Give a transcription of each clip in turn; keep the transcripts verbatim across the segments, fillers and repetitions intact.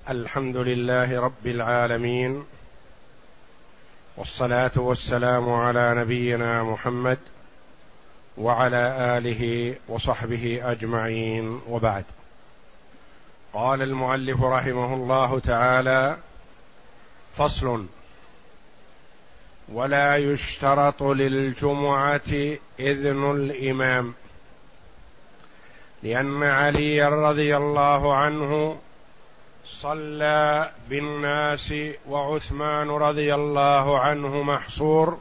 الحمد لله رب العالمين، والصلاة والسلام على نبينا محمد وعلى آله وصحبه أجمعين، وبعد. قال المؤلف رحمه الله تعالى: فصل: ولا يشترط للجمعة إذن الإمام، لأن علي رضي الله عنه صلى بالناس وعثمان رضي الله عنه محصور،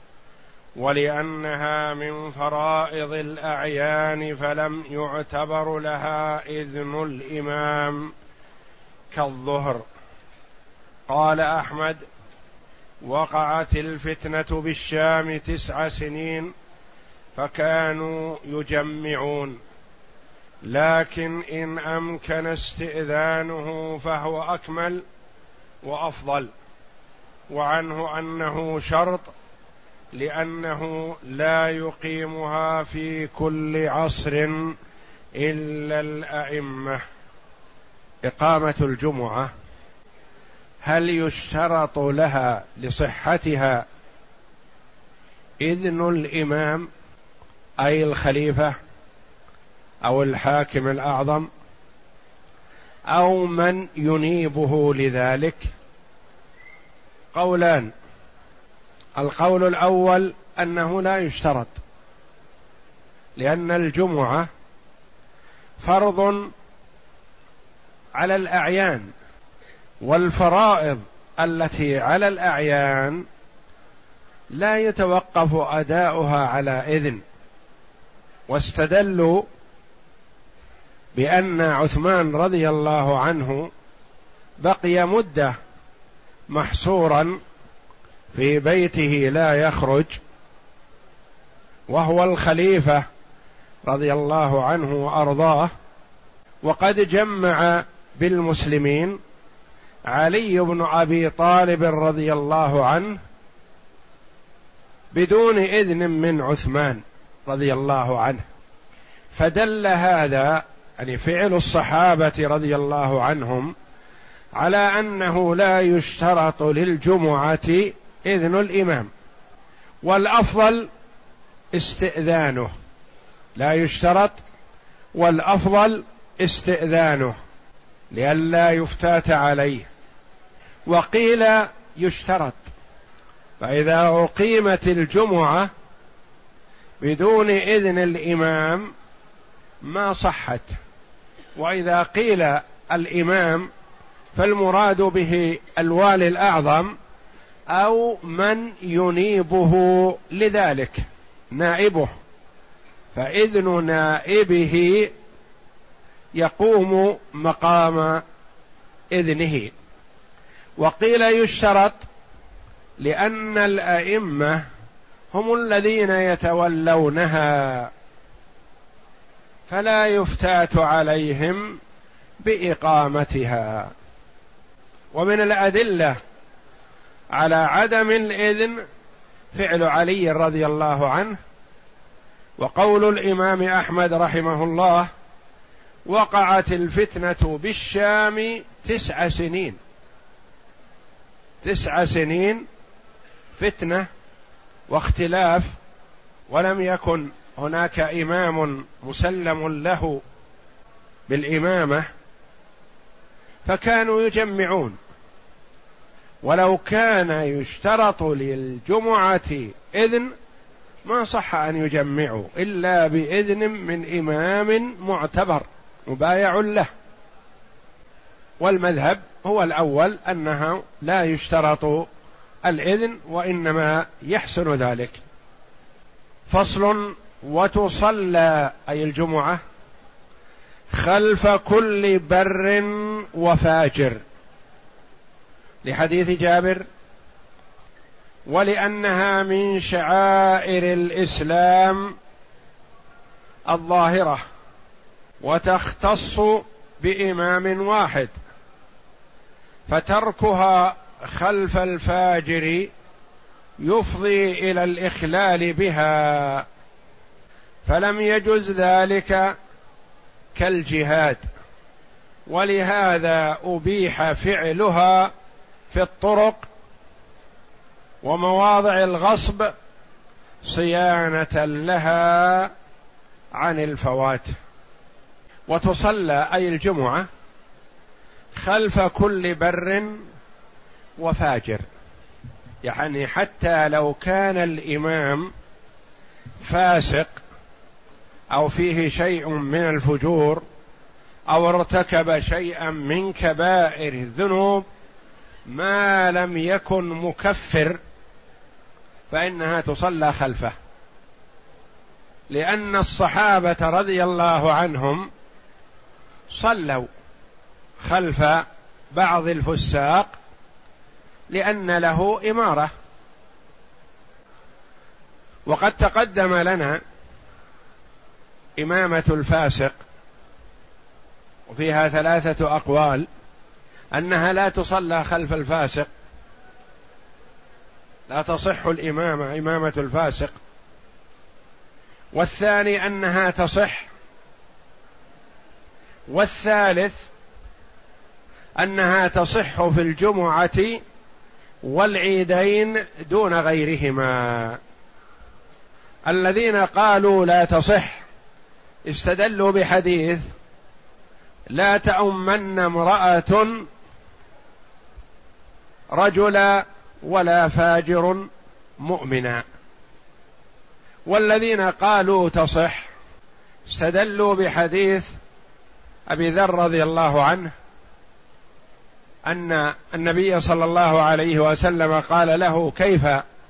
ولأنها من فرائض الأعيان فلم يعتبر لها إذن الإمام كالظهر. قال أحمد: وقعت الفتنة بالشام تسع سنين فكانوا يجمعون، لكن إن أمكن استئذانه فهو أكمل وأفضل، وعنه أنه شرط لأنه لا يقيمها في كل عصر إلا الأئمة. إقامة الجمعة هل يشترط لها لصحتها إذن الإمام أي الخليفة أو الحاكم الأعظم أو من ينيبه لذلك؟ قولان: القول الأول أنه لا يشترط، لأن الجمعة فرض على الأعيان، والفرائض التي على الأعيان لا يتوقف أداؤها على إذن. واستدلوا بأن عثمان رضي الله عنه بقي مدة محصورا في بيته لا يخرج، وهو الخليفة رضي الله عنه وأرضاه، وقد جمع بالمسلمين علي بن أبي طالب رضي الله عنه بدون إذن من عثمان رضي الله عنه. فدل هذا يعني فعل الصحابة رضي الله عنهم على أنه لا يشترط للجمعة إذن الإمام، والأفضل استئذانه. لا يشترط، والأفضل استئذانه لئلا يفتات عليه. وقيل يشترط، فإذا أقيمت الجمعة بدون إذن الإمام ما صحت. وإذا قيل الإمام فالمراد به الوالي الأعظم أو من ينيبه لذلك، نائبه، فإذن نائبه يقوم مقام إذنه. وقيل يشترط لأن الأئمة هم الذين يتولونها، فلا يفتات عليهم بإقامتها. ومن الأدلة على عدم الإذن فعل علي رضي الله عنه، وقول الإمام أحمد رحمه الله: وقعت الفتنة بالشام تسع سنين. تسع سنين فتنة واختلاف، ولم يكن هناك إمام مسلم له بالإمامة، فكانوا يجمعون. ولو كان يشترط للجمعة إذن ما صح أن يجمعوا إلا بإذن من إمام معتبر مبايع له. والمذهب هو الأول أنها لا يشترط الإذن، وإنما يحسن ذلك. فصل: وتصلى أي الجمعة خلف كل بر وفاجر، لحديث جابر: ولأنها من شعائر الإسلام الظاهرة، وتختص بإمام واحد، فتركها خلف الفاجر يفضي إلى الإخلال بها، فلم يجز ذلك كالجهاد، ولهذا أبيح فعلها في الطرق ومواضع الغصب صيانة لها عن الفوات. وتصلى أي الجمعة خلف كل بر وفاجر، يعني حتى لو كان الإمام فاسق أو فيه شيء من الفجور أو ارتكب شيئا من كبائر الذنوب ما لم يكن مكفر فإنها تصلى خلفه، لأن الصحابة رضي الله عنهم صلوا خلف بعض الفساق لأن له إمارة. وقد تقدم لنا إمامة الفاسق وفيها ثلاثة أقوال: أنها لا تصلى خلف الفاسق، لا تصح الإمامة إمامة الفاسق. والثاني أنها تصح. والثالث أنها تصح في الجمعة والعيدين دون غيرهما. الذين قالوا لا تصح استدلوا بحديث: لا تؤمن امرأة رجلا ولا فاجر مؤمنا. والذين قالوا تصح استدلوا بحديث أبي ذر رضي الله عنه أن النبي صلى الله عليه وسلم قال له: كيف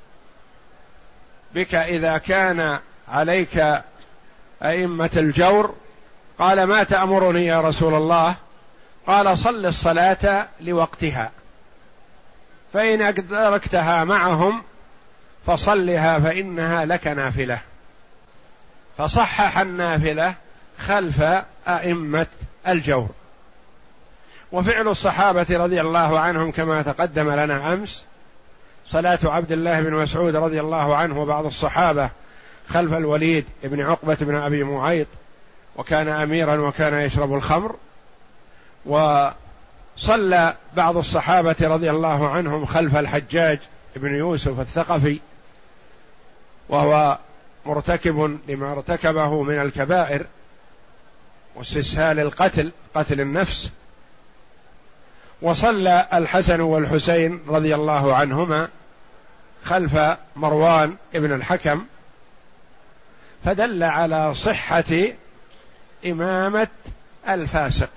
بك إذا كان عليك أئمة الجور؟ قال: ما تأمرني يا رسول الله؟ قال: صل الصلاة لوقتها، فإن أدركتها معهم فصلها فإنها لك نافلة. فصحح النافلة خلف أئمة الجور. وفعل الصحابة رضي الله عنهم كما تقدم لنا أمس، صلاة عبد الله بن مسعود رضي الله عنه وبعض الصحابة خلف الوليد بن عقبة بن أبي معيط، وكان أميرا وكان يشرب الخمر. وصلى بعض الصحابة رضي الله عنهم خلف الحجاج بن يوسف الثقفي وهو مرتكب لما ارتكبه من الكبائر واستسهال القتل، قتل النفس. وصلى الحسن والحسين رضي الله عنهما خلف مروان ابن الحكم، فدل على صحة إمامة الفاسق.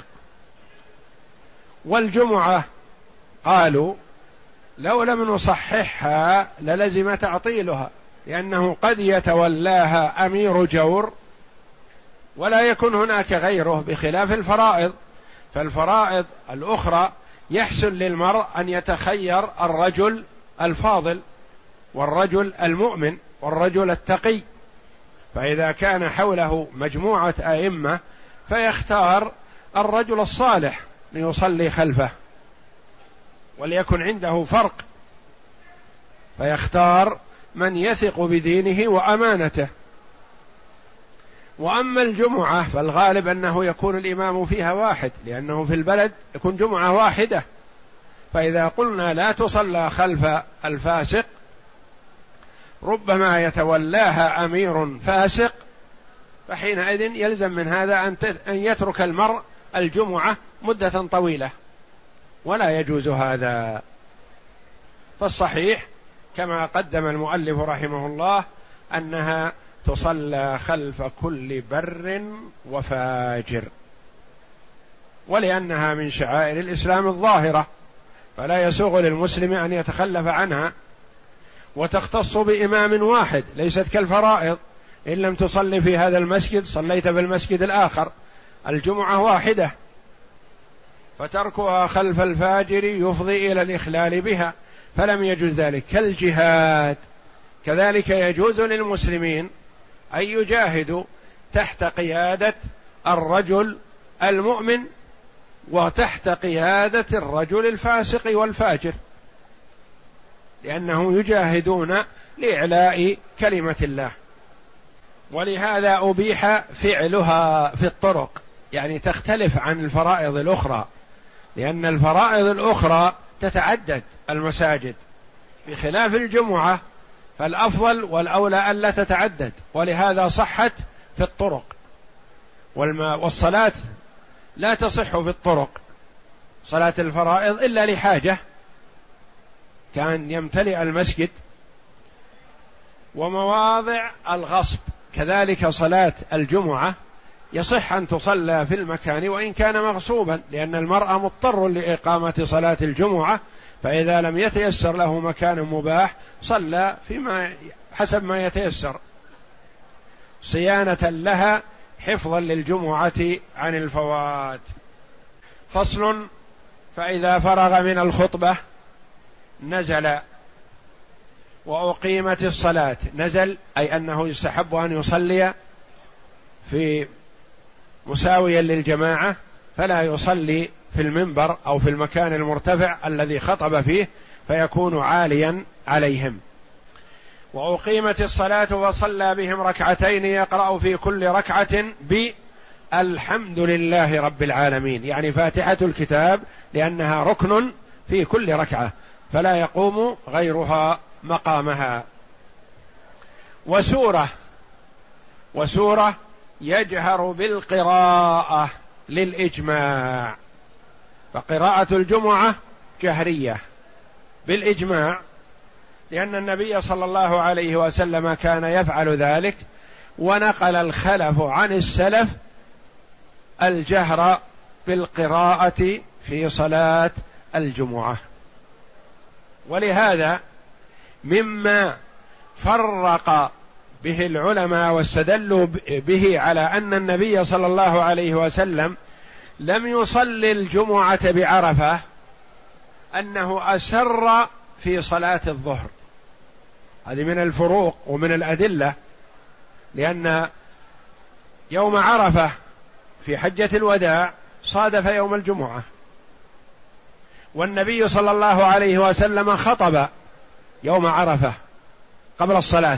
والجمعة قالوا لو لم نصححها للزم تعطيلها، لأنه قد يتولاها أمير جور ولا يكون هناك غيره، بخلاف الفرائض. فالفرائض الأخرى يحسن للمرء أن يتخير الرجل الفاضل والرجل المؤمن والرجل التقي، فإذا كان حوله مجموعة أئمة فيختار الرجل الصالح ليصلي خلفه، وليكن عنده فرق، فيختار من يثق بدينه وأمانته. وأما الجمعة فالغالب أنه يكون الإمام فيها واحد، لأنه في البلد يكون جمعة واحدة. فإذا قلنا لا تصلى خلف الفاسق ربما يتولاها أمير فاسق، فحينئذ يلزم من هذا أن يترك المرء الجمعة مدة طويلة، ولا يجوز هذا. فالصحيح كما قدم المؤلف رحمه الله أنها تصلى خلف كل بر وفاجر، ولأنها من شعائر الإسلام الظاهرة فلا يسوغ للمسلم أن يتخلف عنها. وتختص بإمام واحد، ليست كالفرائض: إن لم تصلي في هذا المسجد صليت في المسجد الآخر. الجمعة واحدة، فتركها خلف الفاجر يفضي إلى الإخلال بها، فلم يجوز ذلك. كالجهاد كذلك يجوز للمسلمين أن يجاهدوا تحت قيادة الرجل المؤمن وتحت قيادة الرجل الفاسق والفاجر، لأنهم يجاهدون لإعلاء كلمة الله. ولهذا أبيح فعلها في الطرق، يعني تختلف عن الفرائض الأخرى، لأن الفرائض الأخرى تتعدد المساجد، بخلاف الجمعة فالأفضل والأولى ألا تتعدد، ولهذا صحت في الطرق، والصلاة لا تصح في الطرق صلاة الفرائض إلا لحاجة كان يمتلئ المسجد، ومواضع الغصب كذلك صلاة الجمعة يصح أن تصلى في المكان وإن كان مغصوبا، لأن المرأة مضطر لإقامة صلاة الجمعة، فإذا لم يتيسر له مكان مباح صلى فيما حسب ما يتيسر صيانة لها حفظا للجمعة عن الفوات. فصل: فإذا فرغ من الخطبة نزل وأقيمت الصلاة. نزل أي أنه يستحب أن يصلي في مساويا للجماعة، فلا يصلي في المنبر أو في المكان المرتفع الذي خطب فيه فيكون عاليا عليهم. وأقيمت الصلاة وصلى بهم ركعتين يقرأ في كل ركعة بالحمد لله رب العالمين، يعني فاتحة الكتاب، لأنها ركن في كل ركعة فلا يقوم غيرها مقامها. وسورة وسورة يجهر بالقراءة للإجماع، فقراءة الجمعة جهرية بالإجماع، لأن النبي صلى الله عليه وسلم كان يفعل ذلك، ونقل الخلف عن السلف الجهر بالقراءة في صلاة الجمعة. ولهذا مما فرق به العلماء واستدلوا به على أن النبي صلى الله عليه وسلم لم يصلي الجمعة بعرفة أنه أسر في صلاة الظهر. هذه من الفروق ومن الأدلة، لأن يوم عرفة في حجة الوداع صادف يوم الجمعة، والنبي صلى الله عليه وسلم خطب يوم عرفة قبل الصلاة،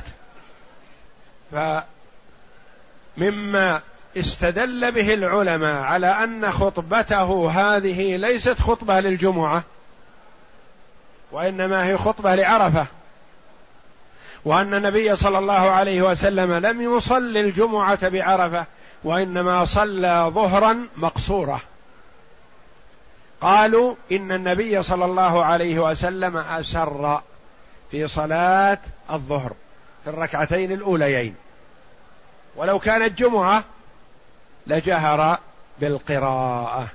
فمما استدل به العلماء على أن خطبته هذه ليست خطبة للجمعة وإنما هي خطبة لعرفة، وأن النبي صلى الله عليه وسلم لم يصل الجمعة بعرفة وإنما صلى ظهرا مقصورة. قالوا إن النبي صلى الله عليه وسلم أسر في صلاة الظهر في الركعتين الأوليين، ولو كانت جمعة لجهر بالقراءة.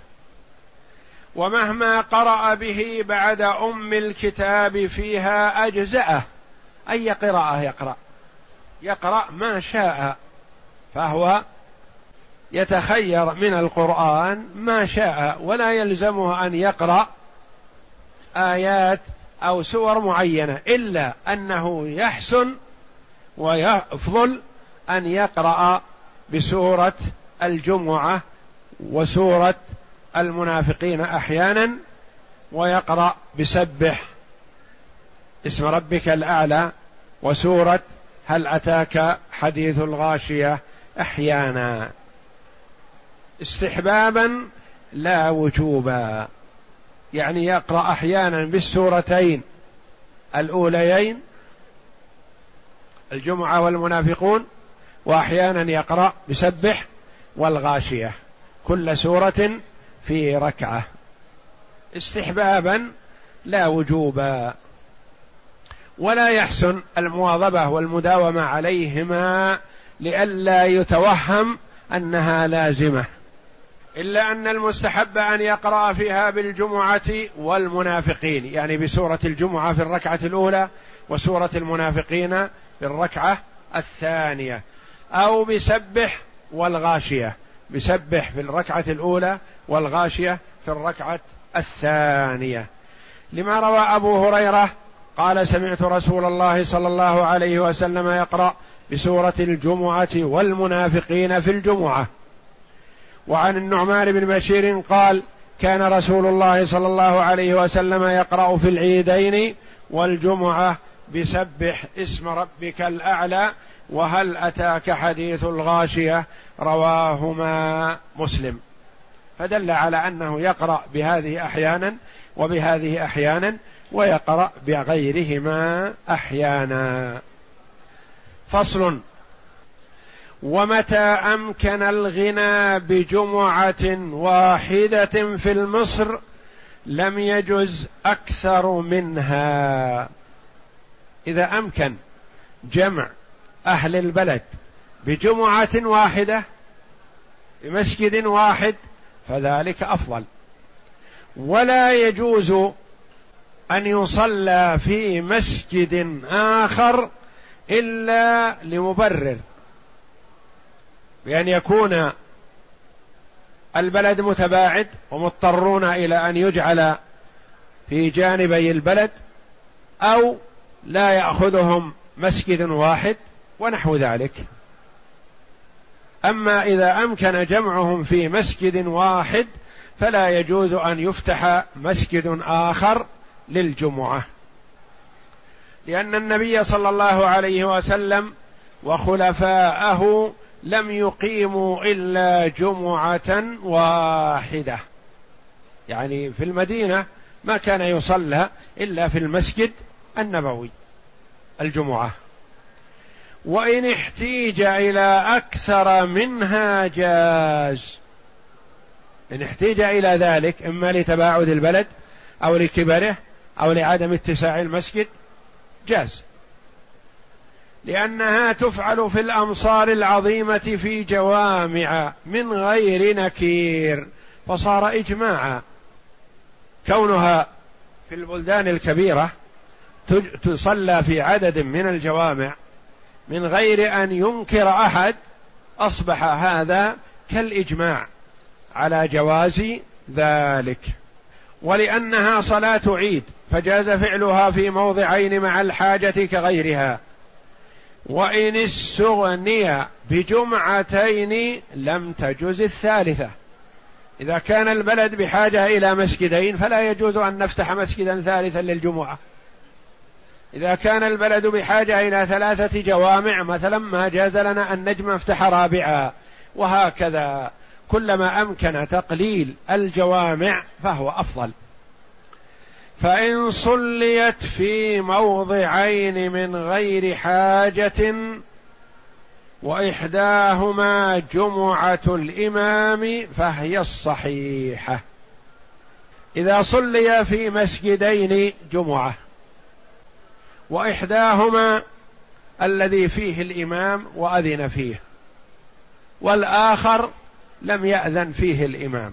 ومهما قرأ به بعد أم الكتاب فيها أجزأه، أي قراءة يقرأ يقرأ ما شاء، فهو يتخير من القرآن ما شاء، ولا يلزمه أن يقرأ آيات أو سور معينة، إلا أنه يحسن ويفضل أن يقرأ بسورة الجمعة وسورة المنافقين أحيانا، ويقرأ بسبح اسم ربك الأعلى وسورة هل أتاك حديث الغاشية أحيانا، استحبابا لا وجوبا، يعني يقرأ أحيانا بالسورتين الأوليين الجمعة والمنافقون، وأحيانا يقرأ بسبح والغاشية، كل سورة في ركعة، استحبابا لا وجوبا. ولا يحسن المواظبة والمداومة عليهما لئلا يتوهم أنها لازمة، إلا أن المستحب أن يقرأ فيها بالجمعة والمنافقين، يعني بسورة الجمعة في الركعة الأولى وسورة المنافقين في الركعة الثانية، أو بسبح والغاشية، بسبح في الركعة الأولى والغاشية في الركعة الثانية، لما روى أبو هريرة قال سمعت رسول الله صلى الله عليه وسلم يقرأ بسورة الجمعة والمنافقين في الجمعة. وعن النعمان بن بشير قال كان رسول الله صلى الله عليه وسلم يقرأ في العيدين والجمعة بسبح اسم ربك الأعلى وهل أتاك حديث الغاشية، رواهما مسلم. فدل على أنه يقرأ بهذه أحيانا وبهذه أحيانا، ويقرأ بغيرهما أحيانا. فصل: ومتى أمكن الغنى بجمعة واحدة في المصر لم يجز أكثر منها. إذا أمكن جمع أهل البلد بجمعة واحدة بمسجد واحد فذلك أفضل، ولا يجوز أن يصلى في مسجد آخر إلا لمبرر، بأن يكون البلد متباعد ومضطرون إلى أن يجعل في جانبي البلد، أو لا يأخذهم مسجد واحد ونحو ذلك. أما إذا أمكن جمعهم في مسجد واحد فلا يجوز أن يفتح مسجد آخر للجمعة، لأن النبي صلى الله عليه وسلم وخلفاءه لم يقيموا إلا جمعة واحدة، يعني في المدينة ما كان يصلى إلا في المسجد النبوي الجمعة، وإن احتيج إلى أكثر منها جاز. إن احتيج إلى ذلك إما لتباعد البلد أو لكبره أو لعدم اتساع المسجد جاز، لأنها تفعل في الأمصار العظيمة في جوامع من غير نكير، فصار إجماعا كونها في البلدان الكبيرة تصلى في عدد من الجوامع من غير أن ينكر أحد، أصبح هذا كالإجماع على جواز ذلك. ولأنها صلاة عيد فجاز فعلها في موضعين مع الحاجة كغيرها. وإن استغني بجمعتين لم تجز الثالثة. إذا كان البلد بحاجة إلى مسجدين فلا يجوز أن نفتح مسجدا ثالثا للجمعة. إذا كان البلد بحاجة إلى ثلاثة جوامع مثلا ما جاز لنا أن نجمع افتح رابعة، وهكذا كلما أمكن تقليل الجوامع فهو أفضل. فإن صليت في موضعين من غير حاجة وإحداهما جمعة الإمام فهي الصحيحة. إذا صلي في مسجدين جمعة وإحداهما الذي فيه الإمام وأذن فيه والآخر لم يأذن فيه الإمام،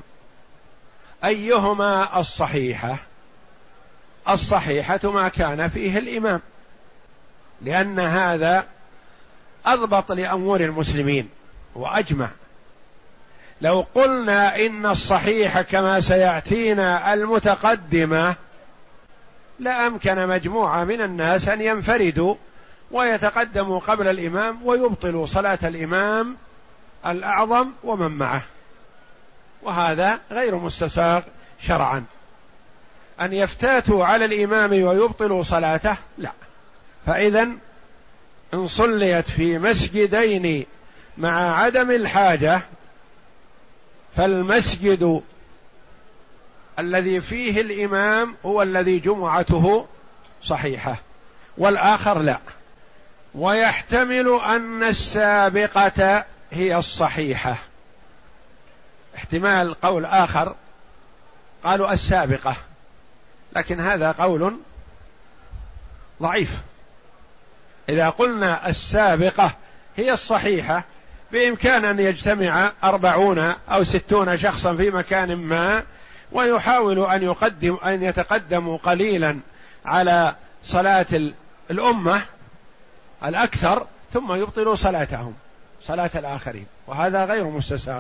أيهما الصحيحة؟ الصحيحة ما كان فيه الإمام، لأن هذا أضبط لأمور المسلمين وأجمع. لو قلنا إن الصحيح كما سيأتينا المتقدمة لأمكن مجموعة من الناس أن ينفردوا ويتقدموا قبل الإمام ويبطلوا صلاة الإمام الأعظم ومن معه، وهذا غير مستساغ شرعا. أن يفتاتوا على الإمام ويبطلوا صلاته لا. فإذا إن صليت في مسجدين مع عدم الحاجة فالمسجد الذي فيه الإمام هو الذي جمعته صحيحة والآخر لا. ويحتمل أن السابقة هي الصحيحة، احتمال قول آخر قالوا السابقة، لكن هذا قول ضعيف. إذا قلنا السابقة هي الصحيحة بإمكان أن يجتمع أربعون أو ستون شخصا في مكان ما ويحاول أن يقدم أن يتقدموا قليلا على صلاة الأمة الأكثر ثم يبطلوا صلاتهم صلاة الآخرين، وهذا غير مستساغ.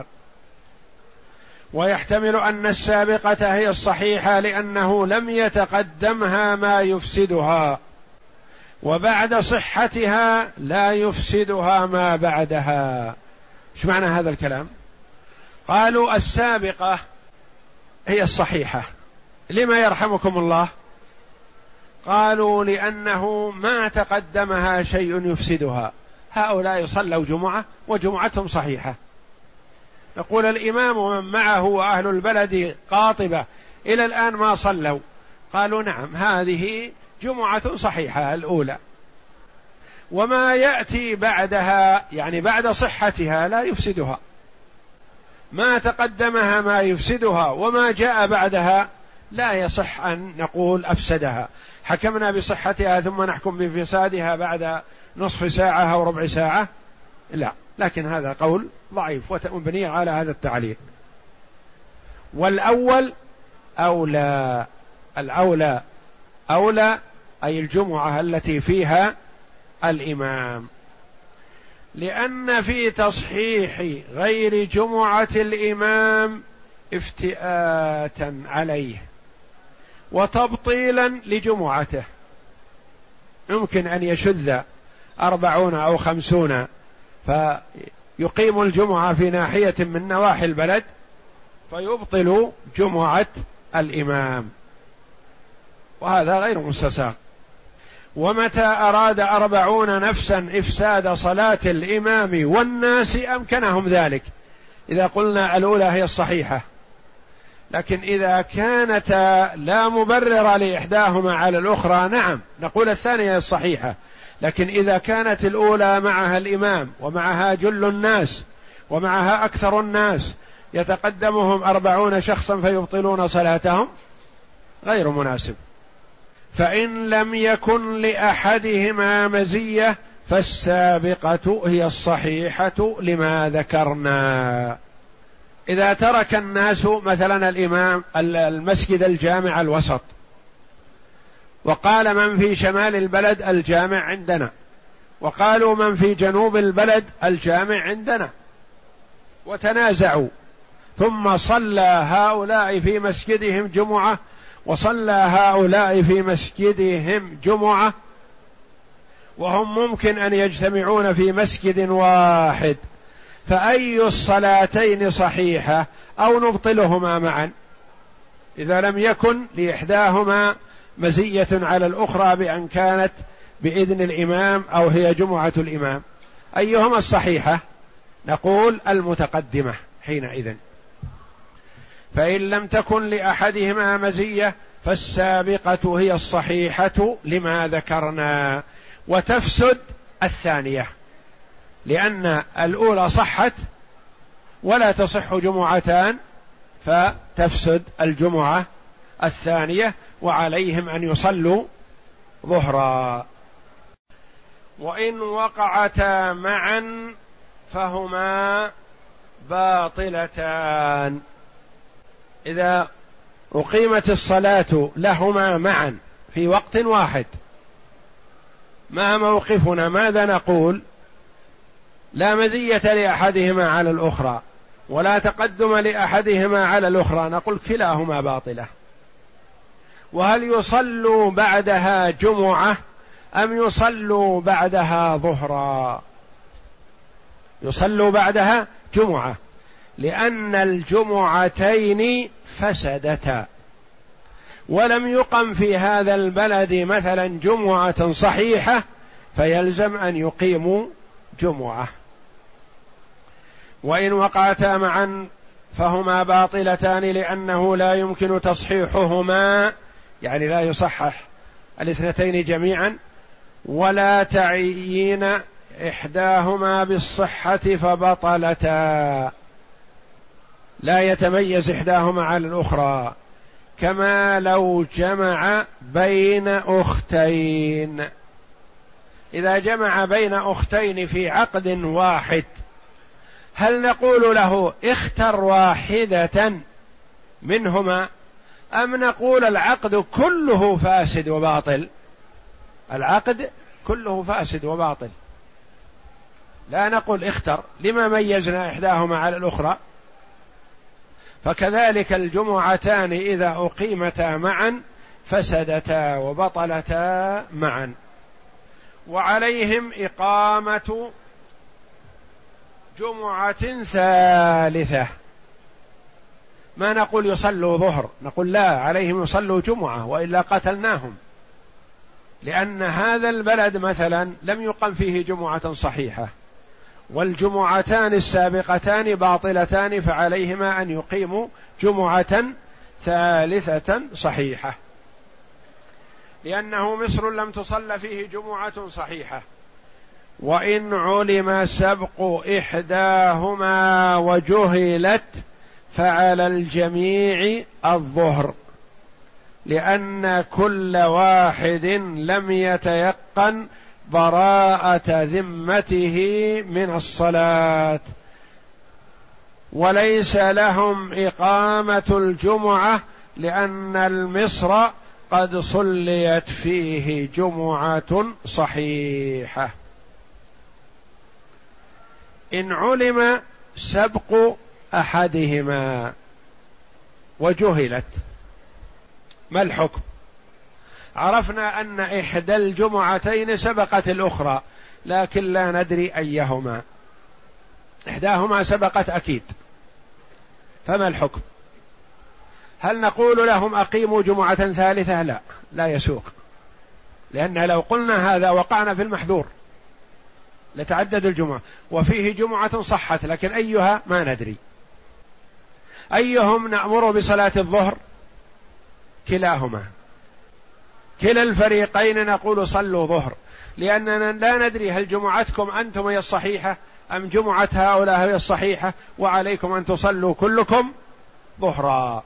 ويحتمل أن السابقة هي الصحيحة لأنه لم يتقدمها ما يفسدها، وبعد صحتها لا يفسدها ما بعدها. ايش معنى هذا الكلام؟ قالوا السابقة هي الصحيحة. لما يرحمكم الله؟ قالوا لأنه ما تقدمها شيء يفسدها، هؤلاء صلوا جمعة وجمعتهم صحيحة، نقول الإمام ومن معه وأهل البلد قاطبة إلى الآن ما صلوا، قالوا نعم هذه جمعة صحيحة الأولى، وما يأتي بعدها يعني بعد صحتها لا يفسدها، ما تقدمها ما يفسدها، وما جاء بعدها لا يصح أن نقول أفسدها، حكمنا بصحتها ثم نحكم بفسادها بعد نصف ساعة أو ربع ساعة، لا، لكن هذا قول ضعيف ومبني على هذا التعليق. والأول أولى، الأولى أولى أي الجمعة التي فيها الإمام، لأن في تصحيح غير جمعة الإمام افتئاتا عليه وتبطيلا لجمعته، يمكن أن يشذ أربعون أو خمسون فيقيم الجمعة في ناحية من نواحي البلد فيبطل جمعة الإمام، وهذا غير مستساغ. ومتى أراد أربعون نفسا إفساد صلاة الإمام والناس أمكنهم ذلك، إذا قلنا الأولى هي الصحيحة، لكن إذا كانتا لا مبرر لإحداهما على الأخرى نعم نقول الثانية هي الصحيحة، لكن إذا كانت الأولى معها الإمام ومعها جل الناس ومعها أكثر الناس يتقدمهم أربعون شخصا فيبطلون صلاتهم غير مناسب. فإن لم يكن لأحدهما مزية فالسابقة هي الصحيحة لما ذكرنا. إذا ترك الناس مثلا الإمام المسجد الجامع الوسط وقال من في شمال البلد الجامع عندنا، وقالوا من في جنوب البلد الجامع عندنا، وتنازعوا، ثم صلى هؤلاء في مسجدهم جمعة وصلى هؤلاء في مسجدهم جمعة، وهم ممكن أن يجتمعون في مسجد واحد، فأي الصلاتين صحيحة أو نبطلهما معا إذا لم يكن لإحداهما مزية على الأخرى بأن كانت بإذن الإمام أو هي جمعة الإمام، أيهما الصحيحة؟ نقول المتقدمة حينئذ. فإن لم تكن لأحدهما مزية فالسابقة هي الصحيحة لما ذكرنا، وتفسد الثانية، لأن الأولى صحت ولا تصح جمعتان فتفسد الجمعة الثانية، وعليهم أن يصلوا ظهرا. وإن وقعتا معا فهما باطلتان، إذا أقيمت الصلاة لهما معا في وقت واحد ما موقفنا؟ ماذا نقول؟ لا مزية لأحدهما على الأخرى ولا تقدم لأحدهما على الأخرى، نقول كلاهما باطلة. وهل يصلوا بعدها جمعة أم يصلوا بعدها ظهرا؟ يصلوا بعدها جمعة، لأن الجمعتين فسدتا، ولم يقم في هذا البلد مثلا جمعة صحيحة فيلزم أن يقيموا جمعة. وإن وقعتا معا فهما باطلتان، لأنه لا يمكن تصحيحهما، يعني لا يصحح الاثنتين جميعا، ولا تعيين إحداهما بالصحة فبطلتا، لا يتميز إحداهما على الأخرى، كما لو جمع بين أختين. إذا جمع بين أختين في عقد واحد هل نقول له اختر واحدة منهما، أم نقول العقد كله فاسد وباطل؟ العقد كله فاسد وباطل، لا نقول اختر، لما ميزنا إحداهما على الأخرى؟ فكذلك الجمعتان إذا أقيمتا معا فسدتا وبطلتا معا، وعليهم إقامة جمعة ثالثة. ما نقول يصلوا ظهر، نقول لا، عليهم يصلوا جمعة وإلا قتلناهم، لأن هذا البلد مثلا لم يقم فيه جمعة صحيحة والجمعتان السابقتان باطلتان فعليهما أن يقيموا جمعة ثالثة صحيحة، لأنه مصر لم تصل فيه جمعة صحيحة. وإن علم سبق إحداهما وجهلت فعلى الجميع الظهر، لأن كل واحد لم يتيقن براءة ذمته من الصلاة، وليس لهم إقامة الجمعة لأن المصر قد صليت فيه جمعة صحيحة. إن علم سبق أحدهما وجهلت، ما الحكم؟ عرفنا أن إحدى الجمعتين سبقت الأخرى لكن لا ندري أيهما، إحداهما سبقت أكيد، فما الحكم؟ هل نقول لهم أقيموا جمعة ثالثة؟ لا، لا يسوق، لأن لو قلنا هذا وقعنا في المحذور، لتعدد الجمعة وفيه جمعة صحت لكن أيها ما ندري. أيهم نأمر بصلاة الظهر؟ كلاهما، كلا الفريقين نقول صلوا ظهر، لأننا لا ندري هل جمعتكم أنتم هي الصحيحة أم جمعة هؤلاء هي الصحيحة، وعليكم أن تصلوا كلكم ظهرا،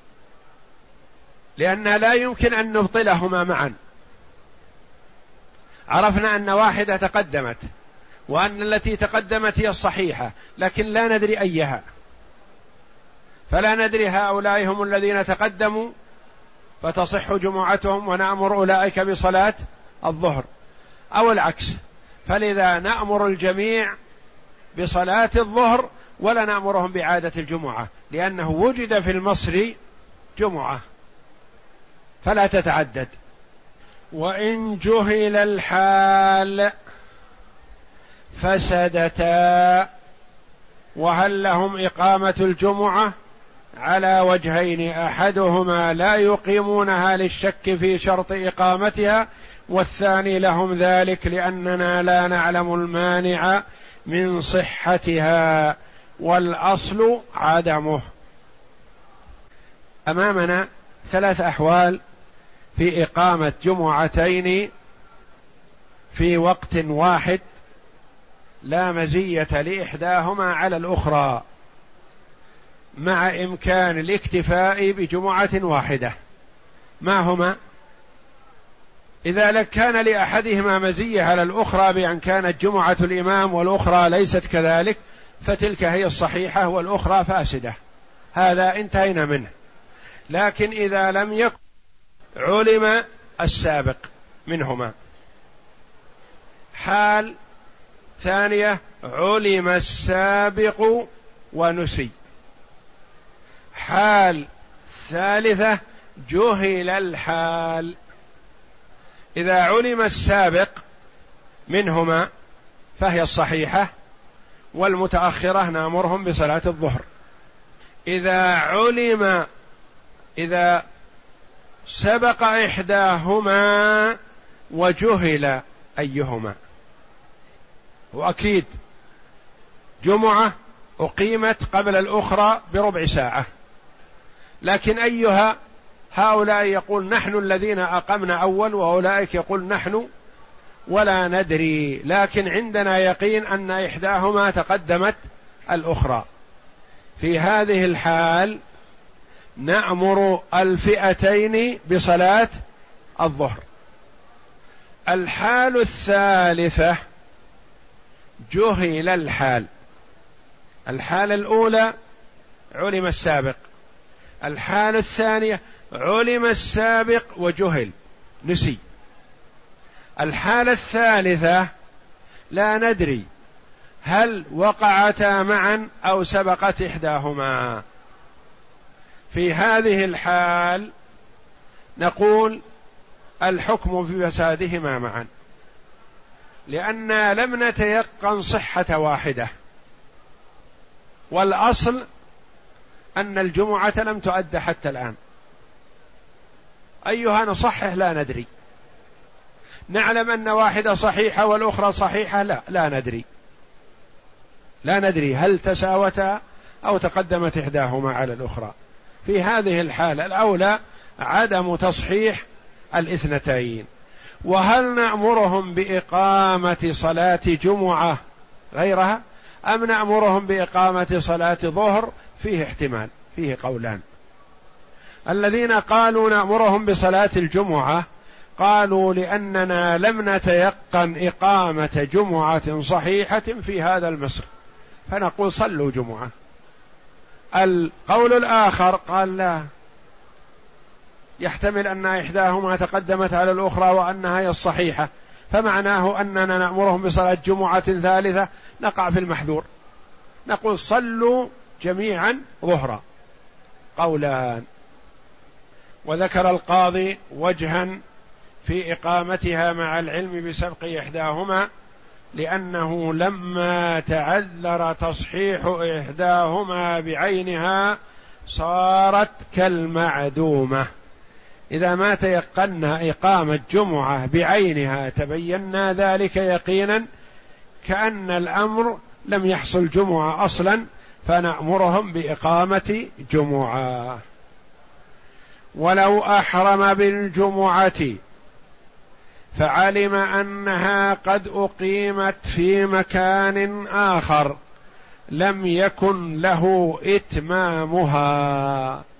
لأن لا يمكن أن نبطلهما معا. عرفنا أن واحدة تقدمت وأن التي تقدمت هي الصحيحة لكن لا ندري أيها، فلا ندري هؤلاء هم الذين تقدموا فتصح جمعتهم ونأمر أولئك بصلاة الظهر أو العكس، فلذا نأمر الجميع بصلاة الظهر ولا نأمرهم بإعادة الجمعة، لأنه وجد في المصر جمعة فلا تتعدد. وإن جهل الحال فسدتا، وهل لهم إقامة الجمعة؟ على وجهين، أحدهما لا يقيمونها للشك في شرط إقامتها، والثاني لهم ذلك لأننا لا نعلم المانع من صحتها، والأصل عدمه. أمامنا ثلاث أحوال في إقامة جمعتين في وقت واحد لا مزية لإحداهما على الأخرى، مع إمكان الاكتفاء بجمعة واحدة. ما هما؟ إذا كان لأحدهما مزية على الأخرى بأن كانت جمعة الإمام والأخرى ليست كذلك، فتلك هي الصحيحة والأخرى فاسدة، هذا انتهينا منه. لكن إذا لم يكن علم السابق منهما، حال ثانية علم السابق ونسي، حال ثالثة جهل الحال. إذا علم السابق منهما فهي الصحيحة والمتأخرة نأمرهم بصلاة الظهر. إذا علم إذا سبق إحداهما وجهل أيهما، وأكيد جمعة أقيمت قبل الأخرى بربع ساعة، لكن أيها؟ هؤلاء يقول نحن الذين أقمنا أول، وأولئك يقول نحن، ولا ندري، لكن عندنا يقين أن إحداهما تقدمت الأخرى. في هذه الحال نأمر الفئتين بصلاة الظهر. الحال الثالثة جهل الحال. الحالة الأولى علم السابق، الحالة الثانية علم السابق وجهل نسي، الحالة الثالثة لا ندري هل وقعتا معا أو سبقت إحداهما. في هذه الحال نقول الحكم في فسادهما معا، لأننا لم نتيقن صحة واحدة، والأصل أن الجمعة لم تؤد حتى الآن. أيها نصحح؟ لا ندري. نعلم أن واحدة صحيحة والأخرى صحيحة؟ لا لا ندري. لا ندري هل تساوتا أو تقدمت إحداهما على الأخرى. في هذه الحالة الأولى عدم تصحيح الاثنتين. وهل نأمرهم بإقامة صلاة جمعة غيرها أم نأمرهم بإقامة صلاة ظهر؟ فيه احتمال، فيه قولان. الذين قالوا نأمرهم بصلاة الجمعة قالوا لأننا لم نتيقن إقامة جمعة صحيحة في هذا المصر، فنقول صلوا جمعة. القول الآخر قال لا، يحتمل أن إحداهما تقدمت على الأخرى وأنها هي الصحيحة، فمعناه أننا نأمرهم بصلاة جمعة ثالثة نقع في المحذور، نقول صلوا جميعا ظهرا. قولان. وذكر القاضي وجها في إقامتها مع العلم بسبق إحداهما، لأنه لما تعذر تصحيح إحداهما بعينها صارت كالمعدومة. إذا ما تيقنا إقامة جمعة بعينها تبينا ذلك يقينا كأن الأمر لم يحصل جمعة أصلا، فنأمرهم بإقامة جمعة. ولو أحرم بالجمعة فعلم أنها قد أقيمت في مكان آخر لم يكن له إتمامها.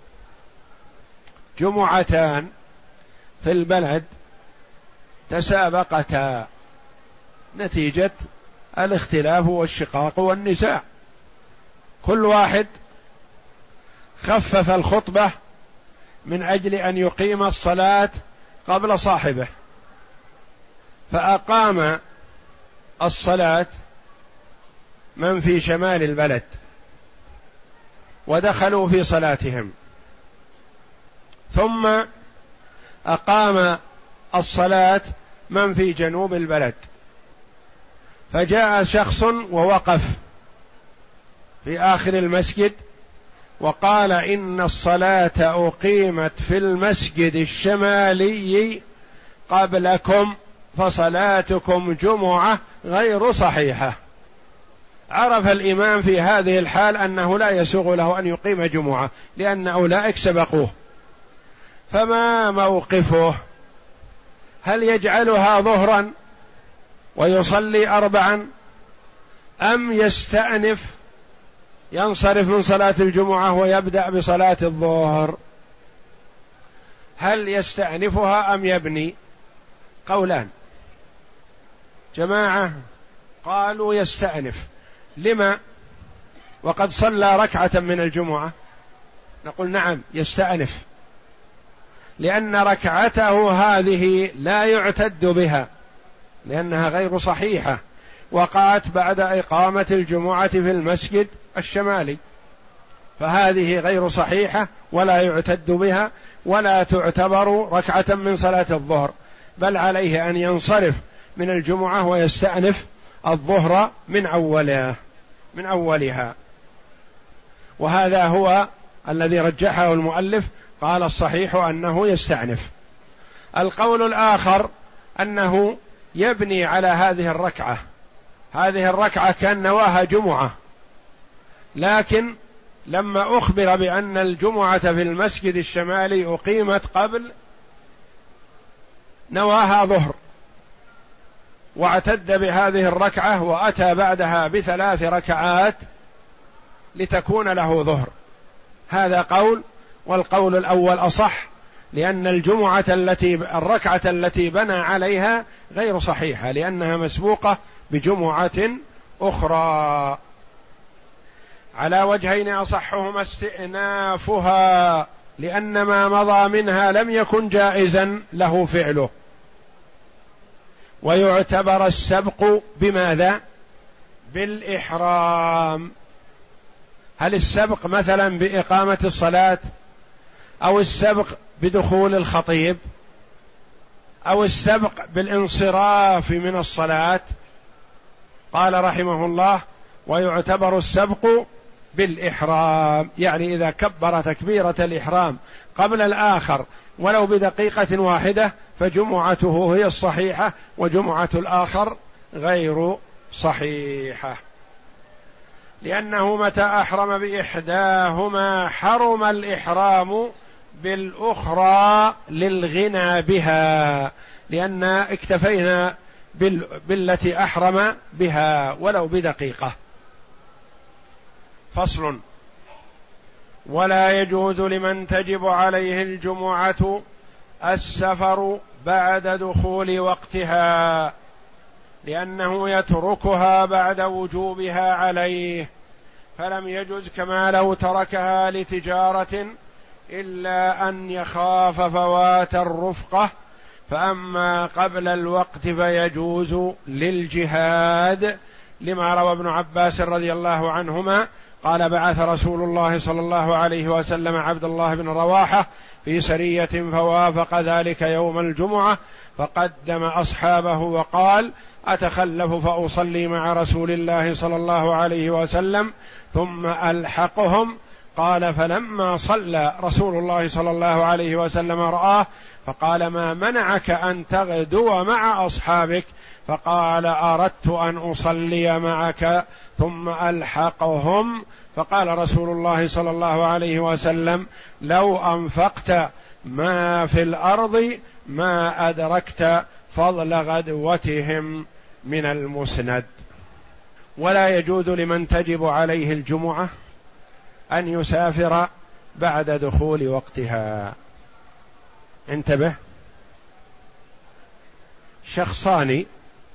جمعتان في البلد تسابقتا نتيجة الاختلاف والشقاق والنزاع، كل واحد خفف الخطبة من أجل أن يقيم الصلاة قبل صاحبه، فأقام الصلاة من في شمال البلد ودخلوا في صلاتهم، ثم أقام الصلاة من في جنوب البلد، فجاء شخص ووقف في آخر المسجد وقال إن الصلاة أقيمت في المسجد الشمالي قبلكم فصلاتكم جمعة غير صحيحة. عرف الإمام في هذه الحال أنه لا يسوغ له أن يقيم جمعة لأن أولئك سبقوه، فما موقفه؟ هل يجعلها ظهرا ويصلي أربعا أم يستأنف ينصرف من صلاة الجمعة ويبدأ بصلاة الظهر؟ هل يستأنفها أم يبني؟ قولان. جماعة قالوا يستأنف. لما وقد صلى ركعة من الجمعة؟ نقول نعم يستأنف، لأن ركعته هذه لا يعتد بها لأنها غير صحيحة، وقعت بعد إقامة الجمعة في المسجد الشمالي، فهذه غير صحيحة ولا يعتد بها ولا تعتبر ركعة من صلاة الظهر، بل عليه أن ينصرف من الجمعة ويستأنف الظهر من أولها من أولها. وهذا هو الذي رجحه المؤلف، قال الصحيح أنه يستأنف. القول الآخر أنه يبني على هذه الركعة، هذه الركعة كان نواها جمعة، لكن لما أخبر بأن الجمعة في المسجد الشمالي أقيمت قبل نواها ظهر واعتد بهذه الركعة وأتى بعدها بثلاث ركعات لتكون له ظهر. هذا قول، والقول الأول أصح، لأن الجمعة التي الركعة التي بنى عليها غير صحيحة لأنها مسبوقة بجمعة أخرى. على وجهين أصحهما استئنافها، لأن ما مضى منها لم يكن جائزا له فعله، ويعتبر السبق بماذا؟ بالإحرام. هل السبق مثلا بإقامة الصلاة، أو السبق بدخول الخطيب، أو السبق بالانصراف من الصلاة؟ قال رحمه الله ويعتبر السبق بالإحرام، يعني إذا كبر تكبيرة الإحرام قبل الآخر ولو بدقيقة واحدة فجمعته هي الصحيحة وجمعة الآخر غير صحيحة. لأنه متى أحرم بإحداهما حرم الإحرام بالأخرى للغنى بها، لأن اكتفينا بالتي أحرم بها ولو بدقيقة. فصل: ولا يجوز لمن تجب عليه الجمعة السفر بعد دخول وقتها، لأنه يتركها بعد وجوبها عليه، فلم يجز كما لو تركها لتجارة إلا أن يخاف فوات الرفقة. فأما قبل الوقت فيجوز للجهاد، لما روى ابن عباس رضي الله عنهما قال: بعث رسول الله صلى الله عليه وسلم عبد الله بن رواحة في سرية فوافق ذلك يوم الجمعة، فقدم أصحابه وقال: أتخلف فأصلي مع رسول الله صلى الله عليه وسلم ثم ألحقهم. قال: فلما صلى رسول الله صلى الله عليه وسلم رآه فقال: ما منعك أن تغدو مع أصحابك؟ فقال: أردت أن أصلي معك ثم ألحقهم. فقال رسول الله صلى الله عليه وسلم: لو أنفقت ما في الأرض ما أدركت فضل غدوتهم. من المسند. ولا يجوز لمن تجب عليه الجمعة أن يسافر بعد دخول وقتها. انتبه، شخصان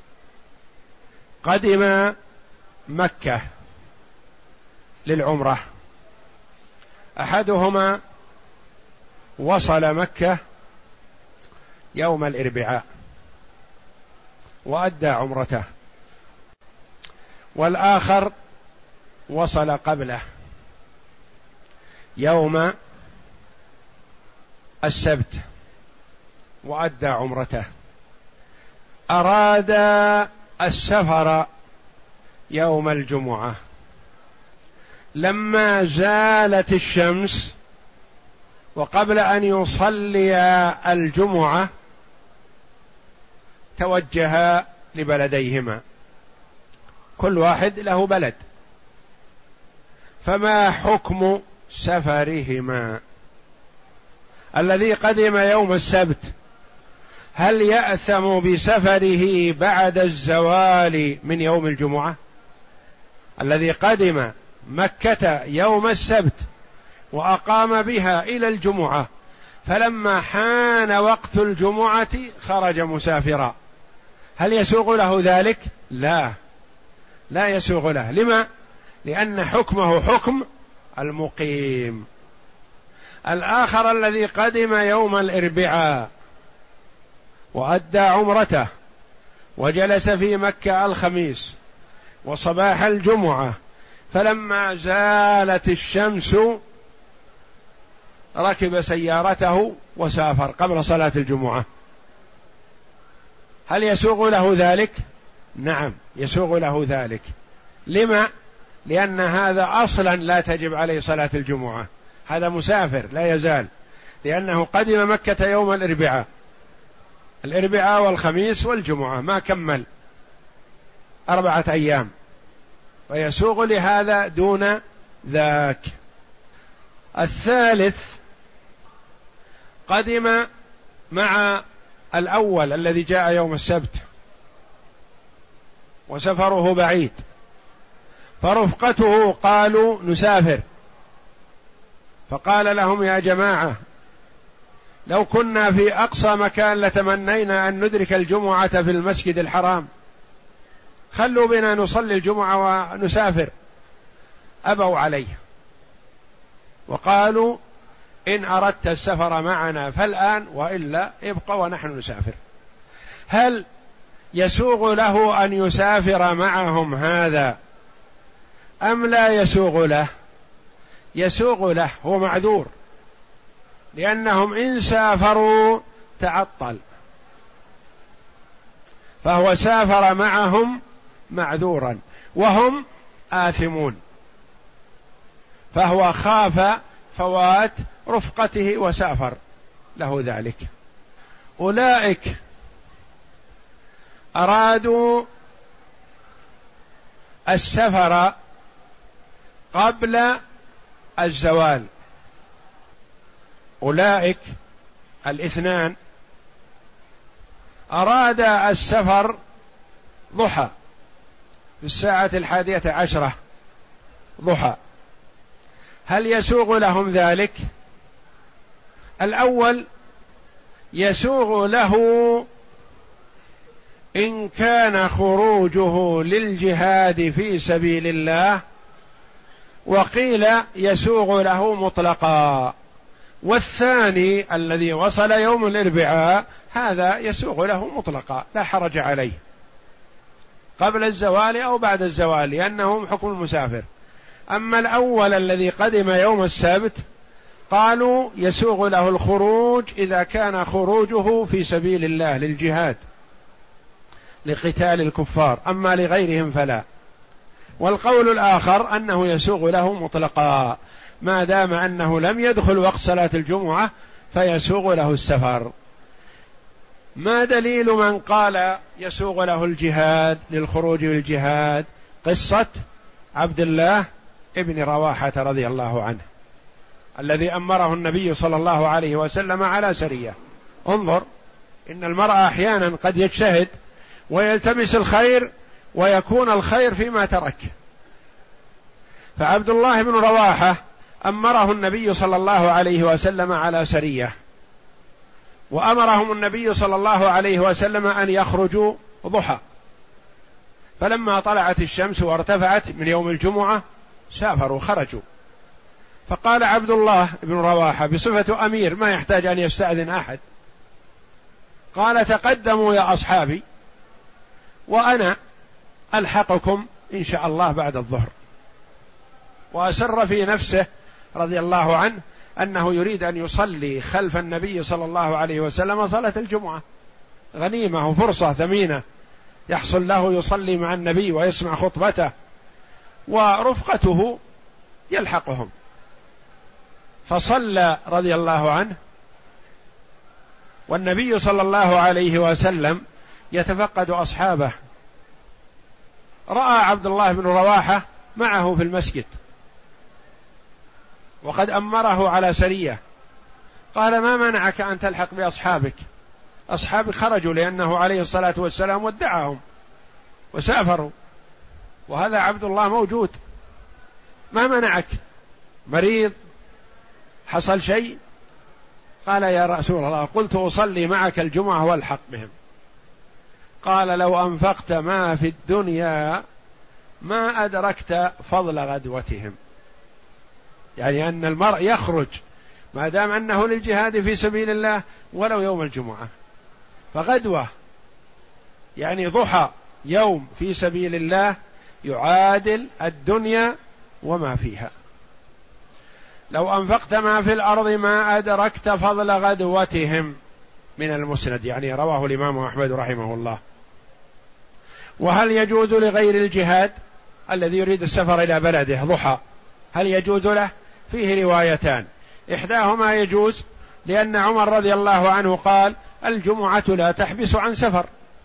قدما مكة للعمرة، أحدهما وصل مكة يوم الأربعاء وأدى عمرته، والآخر وصل قبله يوم السبت وأدى عمرته. أراد السفر يوم الجمعة، لما زالت الشمس وقبل أن يصلي الجمعة توجها لبلديهما، كل واحد له بلد، فما حكم سفرهما؟ الذي قدم يوم السبت هل يأثم بسفره بعد الزوال من يوم الجمعة؟ الذي قدم مكة يوم السبت وأقام بها إلى الجمعة، فلما حان وقت الجمعة خرج مسافرا، هل يسوغ له ذلك؟ لا، لا يسوغ له. لما؟ لأن حكمه حكم المقيم. الآخر الذي قدم يوم الأربعاء وأدى عمرته وجلس في مكة الخميس وصباح الجمعة، فلما زالت الشمس ركب سيارته وسافر قبل صلاة الجمعة، هل يسوغ له ذلك؟ نعم يسوغ له ذلك. لما؟ لأن هذا أصلا لا تجب عليه صلاة الجمعة، هذا مسافر لا يزال، لأنه قدم مكة يوم الأربعاء، الأربعاء والخميس والجمعة ما كمل أربعة أيام، ويسوغ لهذا دون ذاك. الثالث قدم مع الأول الذي جاء يوم السبت وسفره بعيد، فرفقته قالوا نسافر، فقال لهم: يا جماعة لو كنا في أقصى مكان لتمنينا أن ندرك الجمعة في المسجد الحرام، خلوا بنا نصلي الجمعة ونسافر. أبوا عليه وقالوا: إن أردت السفر معنا فالآن، وإلا ابقى ونحن نسافر. هل يسوغ له أن يسافر معهم هذا أم لا يسوغ له؟ يسوغ له، هو معذور، لأنهم إن سافروا تعطل، فهو سافر معهم معذورا وهم آثمون، فهو خاف فوات رفقته وسافر له ذلك. أولئك أرادوا السفر قبل الزوال. أولئك الاثنان أراد السفر ضحى في الساعة الحادية عشرة ضحى، هل يسوغ لهم ذلك؟ الأول يسوغ له إن كان خروجه للجهاد في سبيل الله، وقيل يسوغ له مطلقا. والثاني الذي وصل يوم الأربعاء هذا يسوغ له مطلقا لا حرج عليه قبل الزوال أو بعد الزوال، لأنه حكم المسافر. أما الأول الذي قدم يوم السبت قالوا يسوغ له الخروج إذا كان خروجه في سبيل الله للجهاد لقتال الكفار، أما لغيرهم فلا. والقول الآخر أنه يسوغ له مطلقا ما دام أنه لم يدخل وقت صلاة الجمعة فيسوغ له السفر. ما دليل من قال يسوغ له الجهاد للخروج للجهاد؟ قصة عبد الله ابن رواحة رضي الله عنه الذي أمره النبي صلى الله عليه وسلم على سرية. انظر، إن المرء أحيانا قد يجتهد ويلتمس الخير ويكون الخير فيما ترك. فعبد الله بن رواحة أمره النبي صلى الله عليه وسلم على سرية، وأمرهم النبي صلى الله عليه وسلم أن يخرجوا ضحى، فلما طلعت الشمس وارتفعت من يوم الجمعة سافروا خرجوا. فقال عبد الله بن رواحة بصفة أمير ما يحتاج أن يستأذن أحد، قال تقدموا يا أصحابي وأنا ألحقكم إن شاء الله بعد الظهر. وأسر في نفسه رضي الله عنه أنه يريد أن يصلي خلف النبي صلى الله عليه وسلم صلاة الجمعة، غنيمة وفرصة ثمينة يحصل له يصلي مع النبي ويسمع خطبته ورفقته يلحقهم. فصلى رضي الله عنه والنبي صلى الله عليه وسلم يتفقد أصحابه. رأى عبد الله بن رواحة معه في المسجد وقد أمره على سرية، قال ما منعك أن تلحق بأصحابك؟ أصحابك خرجوا لأنه عليه الصلاة والسلام ودعهم وسافروا، وهذا عبد الله موجود، ما منعك؟ مريض؟ حصل شيء؟ قال يا رسول الله قلت أصلي معك الجمعة والحق بهم. قال لو أنفقت ما في الدنيا ما أدركت فضل غدوتهم، يعني أن المرء يخرج ما دام أنه للجهاد في سبيل الله ولو يوم الجمعة، فغدوة يعني ضحى يوم في سبيل الله يعادل الدنيا وما فيها. لو أنفقت ما في الأرض ما أدركت فضل غدوتهم من المسند، يعني رواه الإمام أحمد رحمه الله. وهل يجوز لغير الجهاد الذي يريد السفر إلى بلده ضحى هل يجوز له؟ فيه روايتان، إحداهما يجوز لأن عمر رضي الله عنه قال الجمعة لا تحبس عن سفر،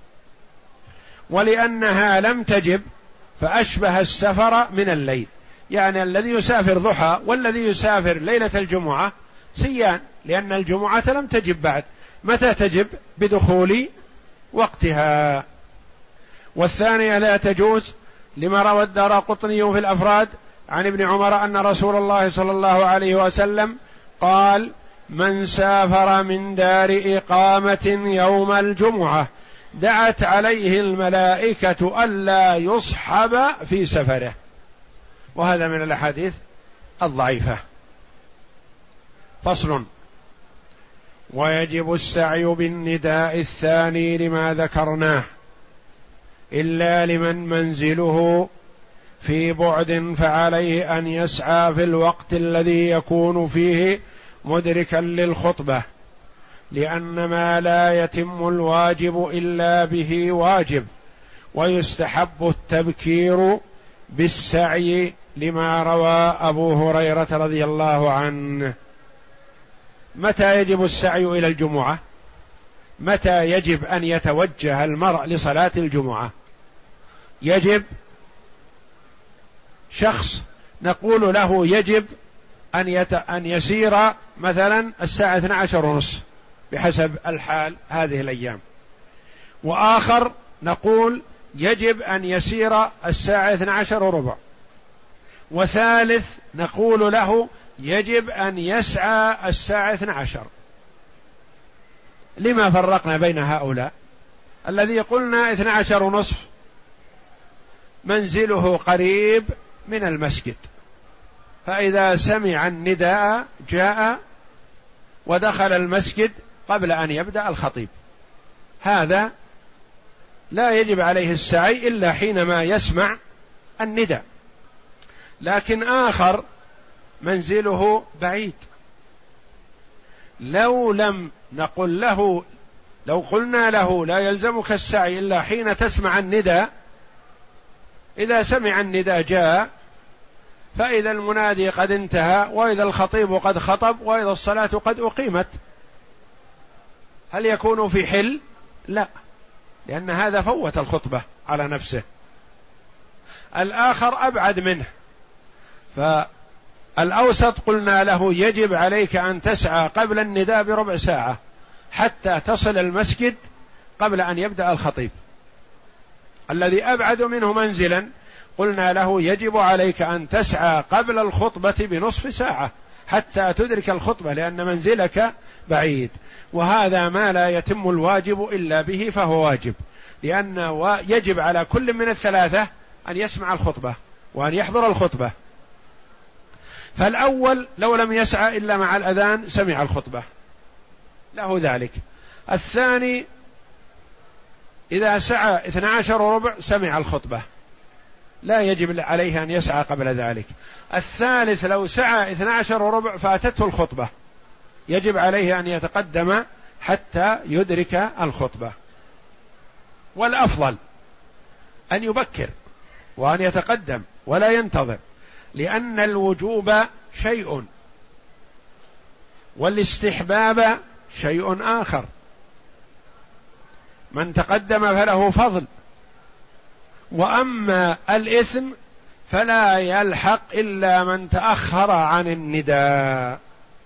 ولأنها لم تجب فأشبه السفر من الليل، يعني الذي يسافر ضحى والذي يسافر ليلة الجمعة سيان، لأن الجمعة لم تجب بعد، متى تجب؟ بدخول وقتها. والثانية لا تجوز لما روى الدارقطني في الأفراد عن ابن عمر أن رسول الله صلى الله عليه وسلم قال من سافر من دار إقامة يوم الجمعة دعت عليه الملائكة ألا يصحب في سفره، وهذا من الأحاديث الضعيفة. فصل. ويجب السعي بالنداء الثاني لما ذكرناه إلا لمن منزله في بعد فعليه أن يسعى في الوقت الذي يكون فيه مدركا للخطبة، لأن ما لا يتم الواجب إلا به واجب، ويستحب التبكير بالسعي لما روى أبو هريرة رضي الله عنه. متى يجب السعي إلى الجمعة؟ متى يجب أن يتوجه المرء لصلاة الجمعة؟ يجب شخص نقول له يجب أن, يت... أن يسير مثلا الساعة اثنتي عشرة ونصف بحسب الحال هذه الأيام، وآخر نقول يجب أن يسير الساعة اثنتي عشرة وربع، وثالث نقول له يجب أن يسعى الساعة اثنتي عشرة. لما فرقنا بين هؤلاء؟ الذي قلنا اثنتي عشرة ونصف منزله قريب من المسجد، فإذا سمع النداء جاء ودخل المسجد قبل أن يبدأ الخطيب، هذا لا يجب عليه السعي إلا حينما يسمع النداء. لكن آخر منزله بعيد، لو لم نقل له، لو قلنا له لا يلزمك السعي إلا حين تسمع النداء، إذا سمع النداء جاء، فإذا المنادي قد انتهى وإذا الخطيب قد خطب وإذا الصلاة قد أقيمت، هل يكون في حل؟ لا، لأن هذا فوت الخطبة على نفسه. الآخر أبعد منه، فالأوسط قلنا له يجب عليك أن تسعى قبل النداء بربع ساعة حتى تصل المسجد قبل أن يبدأ الخطيب. الذي أبعد منه منزلا قلنا له يجب عليك أن تسعى قبل الخطبة بنصف ساعة حتى تدرك الخطبة، لأن منزلك بعيد، وهذا ما لا يتم الواجب إلا به فهو واجب، لأن يجب على كل من الثلاثة أن يسمع الخطبة وأن يحضر الخطبة. فالأول لو لم يسعى إلا مع الأذان سمع الخطبة، له ذلك. الثاني إذا سعى اثنتي عشرة وربع سمع الخطبة، لا يجب عليه أن يسعى قبل ذلك. الثالث لو سعى اثنتي عشرة وربع فاتته الخطبة، يجب عليه أن يتقدم حتى يدرك الخطبة. والأفضل أن يبكر وأن يتقدم ولا ينتظر، لأن الوجوب شيء والاستحباب شيء آخر. من تقدم فله فضل، وأما الإثم فلا يلحق إلا من تأخر عن النداء.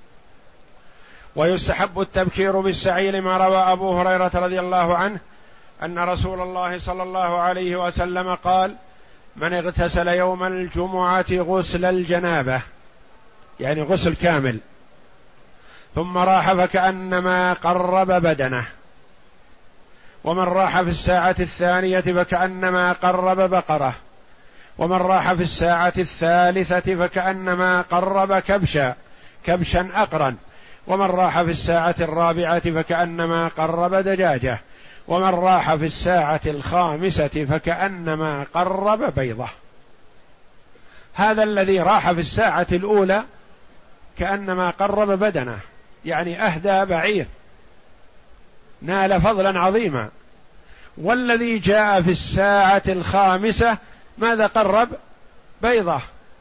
ويستحب التبكير بالسعي لما روى أبو هريرة رضي الله عنه أن رسول الله صلى الله عليه وسلم قال: من اغتسل يوم الجمعة غسل الجنابة، يعني غسل كامل، ثم راح فكأنما قرب بدنه، ومن راح في الساعة الثانية فكأنما قرب بقرة، ومن راح في الساعة الثالثة فكأنما قرب كبشا كبشا أقرا، ومن راح في الساعة الرابعة فكأنما قرب دجاجة، ومن راح في الساعة الخامسة فكأنما قرب بيضة. هذا الذي راح في الساعة الأولى كأنما قرب بدنه، يعني أهدى بعير، نال فضلا عظيما. والذي جاء في الساعة الخامسة ماذا قرب؟ بيضة.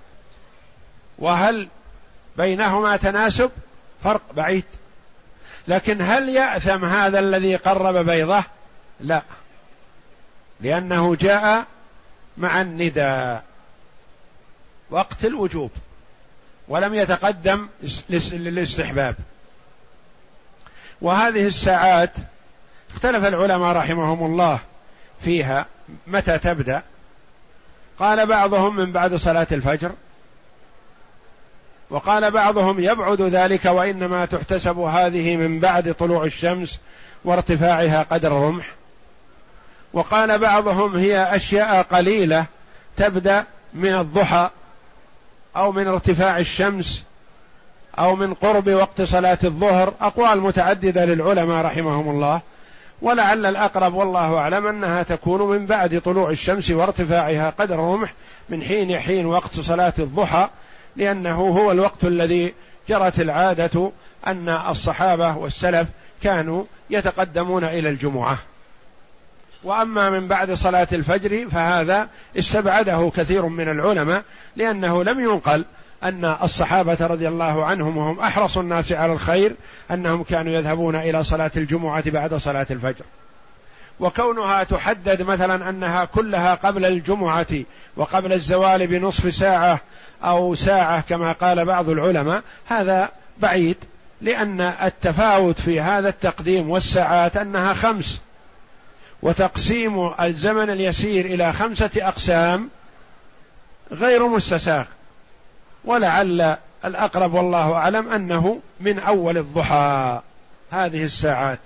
وهل بينهما تناسب؟ فرق بعيد. لكن هل يأثم هذا الذي قرب بيضة؟ لا، لأنه جاء مع النداء وقت الوجوب ولم يتقدم للاستحباب. وهذه الساعات اختلف العلماء رحمهم الله فيها متى تبدأ. قال بعضهم من بعد صلاة الفجر، وقال بعضهم يبعد ذلك وإنما تحتسب هذه من بعد طلوع الشمس وارتفاعها قدر الرمح، وقال بعضهم هي أشياء قليلة تبدأ من الضحى أو من ارتفاع الشمس أو من قرب وقت صلاة الظهر. أقوال متعددة للعلماء رحمهم الله، ولعل الأقرب والله أعلم أنها تكون من بعد طلوع الشمس وارتفاعها قدر الرمح من حين يحين وقت صلاة الضحى، لأنه هو الوقت الذي جرت العادة أن الصحابة والسلف كانوا يتقدمون إلى الجمعة. وأما من بعد صلاة الفجر فهذا استبعده كثير من العلماء، لأنه لم ينقل أن الصحابة رضي الله عنهم وهم أحرص الناس على الخير أنهم كانوا يذهبون إلى صلاة الجمعة بعد صلاة الفجر. وكونها تحدد مثلا أنها كلها قبل الجمعة وقبل الزوال بنصف ساعة أو ساعة كما قال بعض العلماء، هذا بعيد، لأن التفاوت في هذا التقديم والساعات أنها خمس، وتقسيم الزمن اليسير إلى خمسة أقسام غير مستساغ، ولعل الأقرب والله أعلم أنه من أول الضحى هذه الساعات.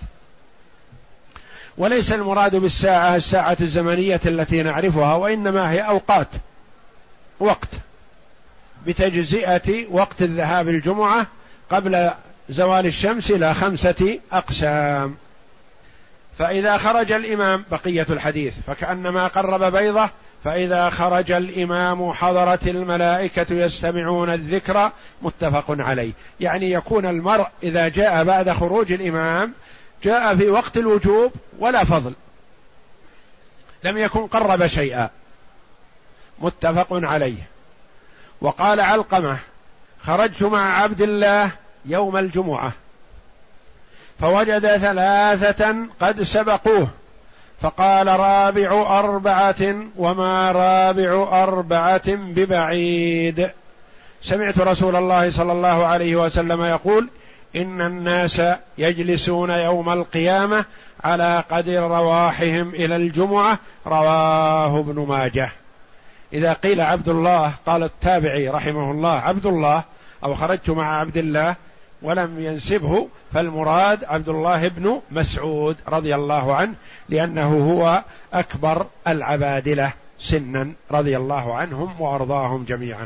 وليس المراد بالساعة الساعة الزمنية التي نعرفها، وإنما هي أوقات، وقت بتجزئة وقت الذهاب الجمعة قبل زوال الشمس إلى خمسة أقسام. فإذا خرج الإمام، بقية الحديث، فكأنما قرب بيضة، فإذا خرج الإمام حضرت الملائكة يستمعون الذكر، متفق عليه. يعني يكون المرء إذا جاء بعد خروج الإمام جاء في وقت الوجوب ولا فضل، لم يكن قرب شيئا، متفق عليه. وقال علقمة: خرجت مع عبد الله يوم الجمعة فوجد ثلاثة قد سبقوه، فقال: رابع أربعة وما رابع أربعة ببعيد. سمعت رسول الله صلى الله عليه وسلم يقول: إن الناس يجلسون يوم القيامة على قدر رواحهم إلى الجمعة، رواه ابن ماجه. إذا قيل عبد الله، قال التابعي رحمه الله عبد الله، أو خرجت مع عبد الله ولم ينسبه، فالمراد عبد الله بن مسعود رضي الله عنه، لأنه هو أكبر العبادلة سنا رضي الله عنهم وأرضاهم جميعا.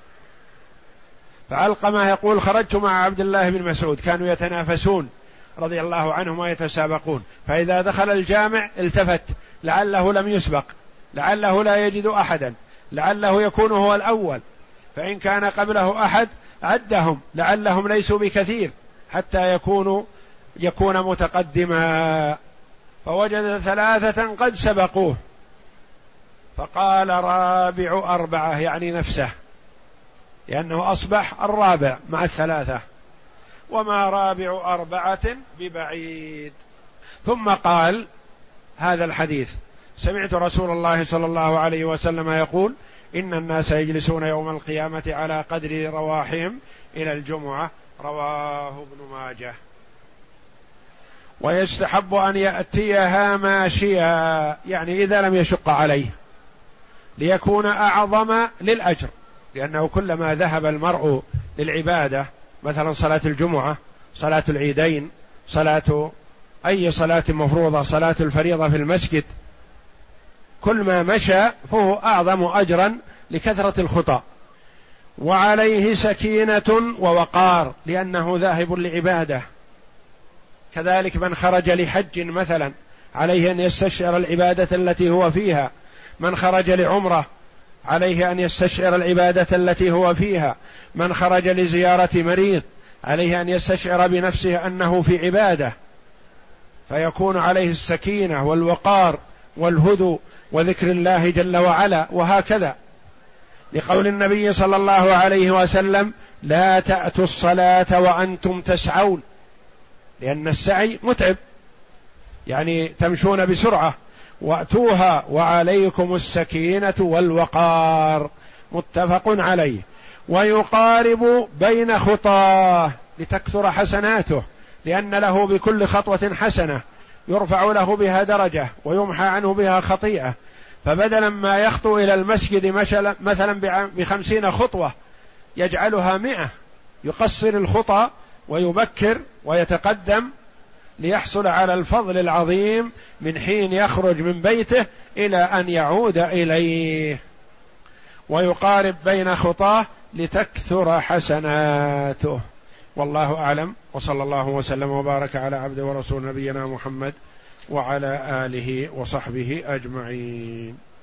فعلقمة يقول: خرجت مع عبد الله بن مسعود، كانوا يتنافسون رضي الله عنهم ويتسابقون، فإذا دخل الجامع التفت لعله لم يسبق، لعله لا يجد أحدا، لعله يكون هو الأول، فإن كان قبله أحد عدهم، لعلهم ليسوا بكثير حتى يكونوا يكون متقدما، فوجد ثلاثة قد سبقوه، فقال: رابع أربعة، يعني نفسه، لأنه أصبح الرابع مع الثلاثة، وما رابع أربعة ببعيد. ثم قال هذا الحديث: سمعت رسول الله صلى الله عليه وسلم يقول: إن الناس يجلسون يوم القيامة على قدر رواحهم إلى الجمعة، رواه ابن ماجه. ويستحب أن يأتيها ماشيا، يعني إذا لم يشق عليه، ليكون أعظم للأجر، لأنه كلما ذهب المرء للعبادة، مثلا صلاة الجمعة، صلاة العيدين، صلاة أي صلاة مفروضة، صلاة الفريضة في المسجد، كل ما مشى فهو أعظم أجرا لكثرة الخطى. وعليه سكينة ووقار، لأنه ذاهب لعبادة. كذلك من خرج لحج مثلا عليه أن يستشعر العبادة التي هو فيها، من خرج لعمرة عليه أن يستشعر العبادة التي هو فيها، من خرج لزيارة مريض عليه أن يستشعر بنفسه أنه في عبادة، فيكون عليه السكينة والوقار والهدوء وذكر الله جل وعلا، وهكذا، لقول النبي صلى الله عليه وسلم: لا تأتوا الصلاة وأنتم تسعون، لأن السعي متعب، يعني تمشون بسرعة، وأتوها وعليكم السكينة والوقار، متفق عليه. ويقارب بين خطاه لتكثر حسناته، لأن له بكل خطوة حسنة يرفع له بها درجة ويمحى عنه بها خطيئة، فبدلا ما يخطو إلى المسجد مثلا بخمسين خطوة يجعلها مئة، يقصر الخطى ويبكر ويتقدم ليحصل على الفضل العظيم من حين يخرج من بيته إلى أن يعود إليه. ويقارب بين خطاه لتكثر حسناته. والله أعلم، وصلى الله وسلم وبارك على عبده ورسول نبينا محمد وعلى آله وصحبه أجمعين.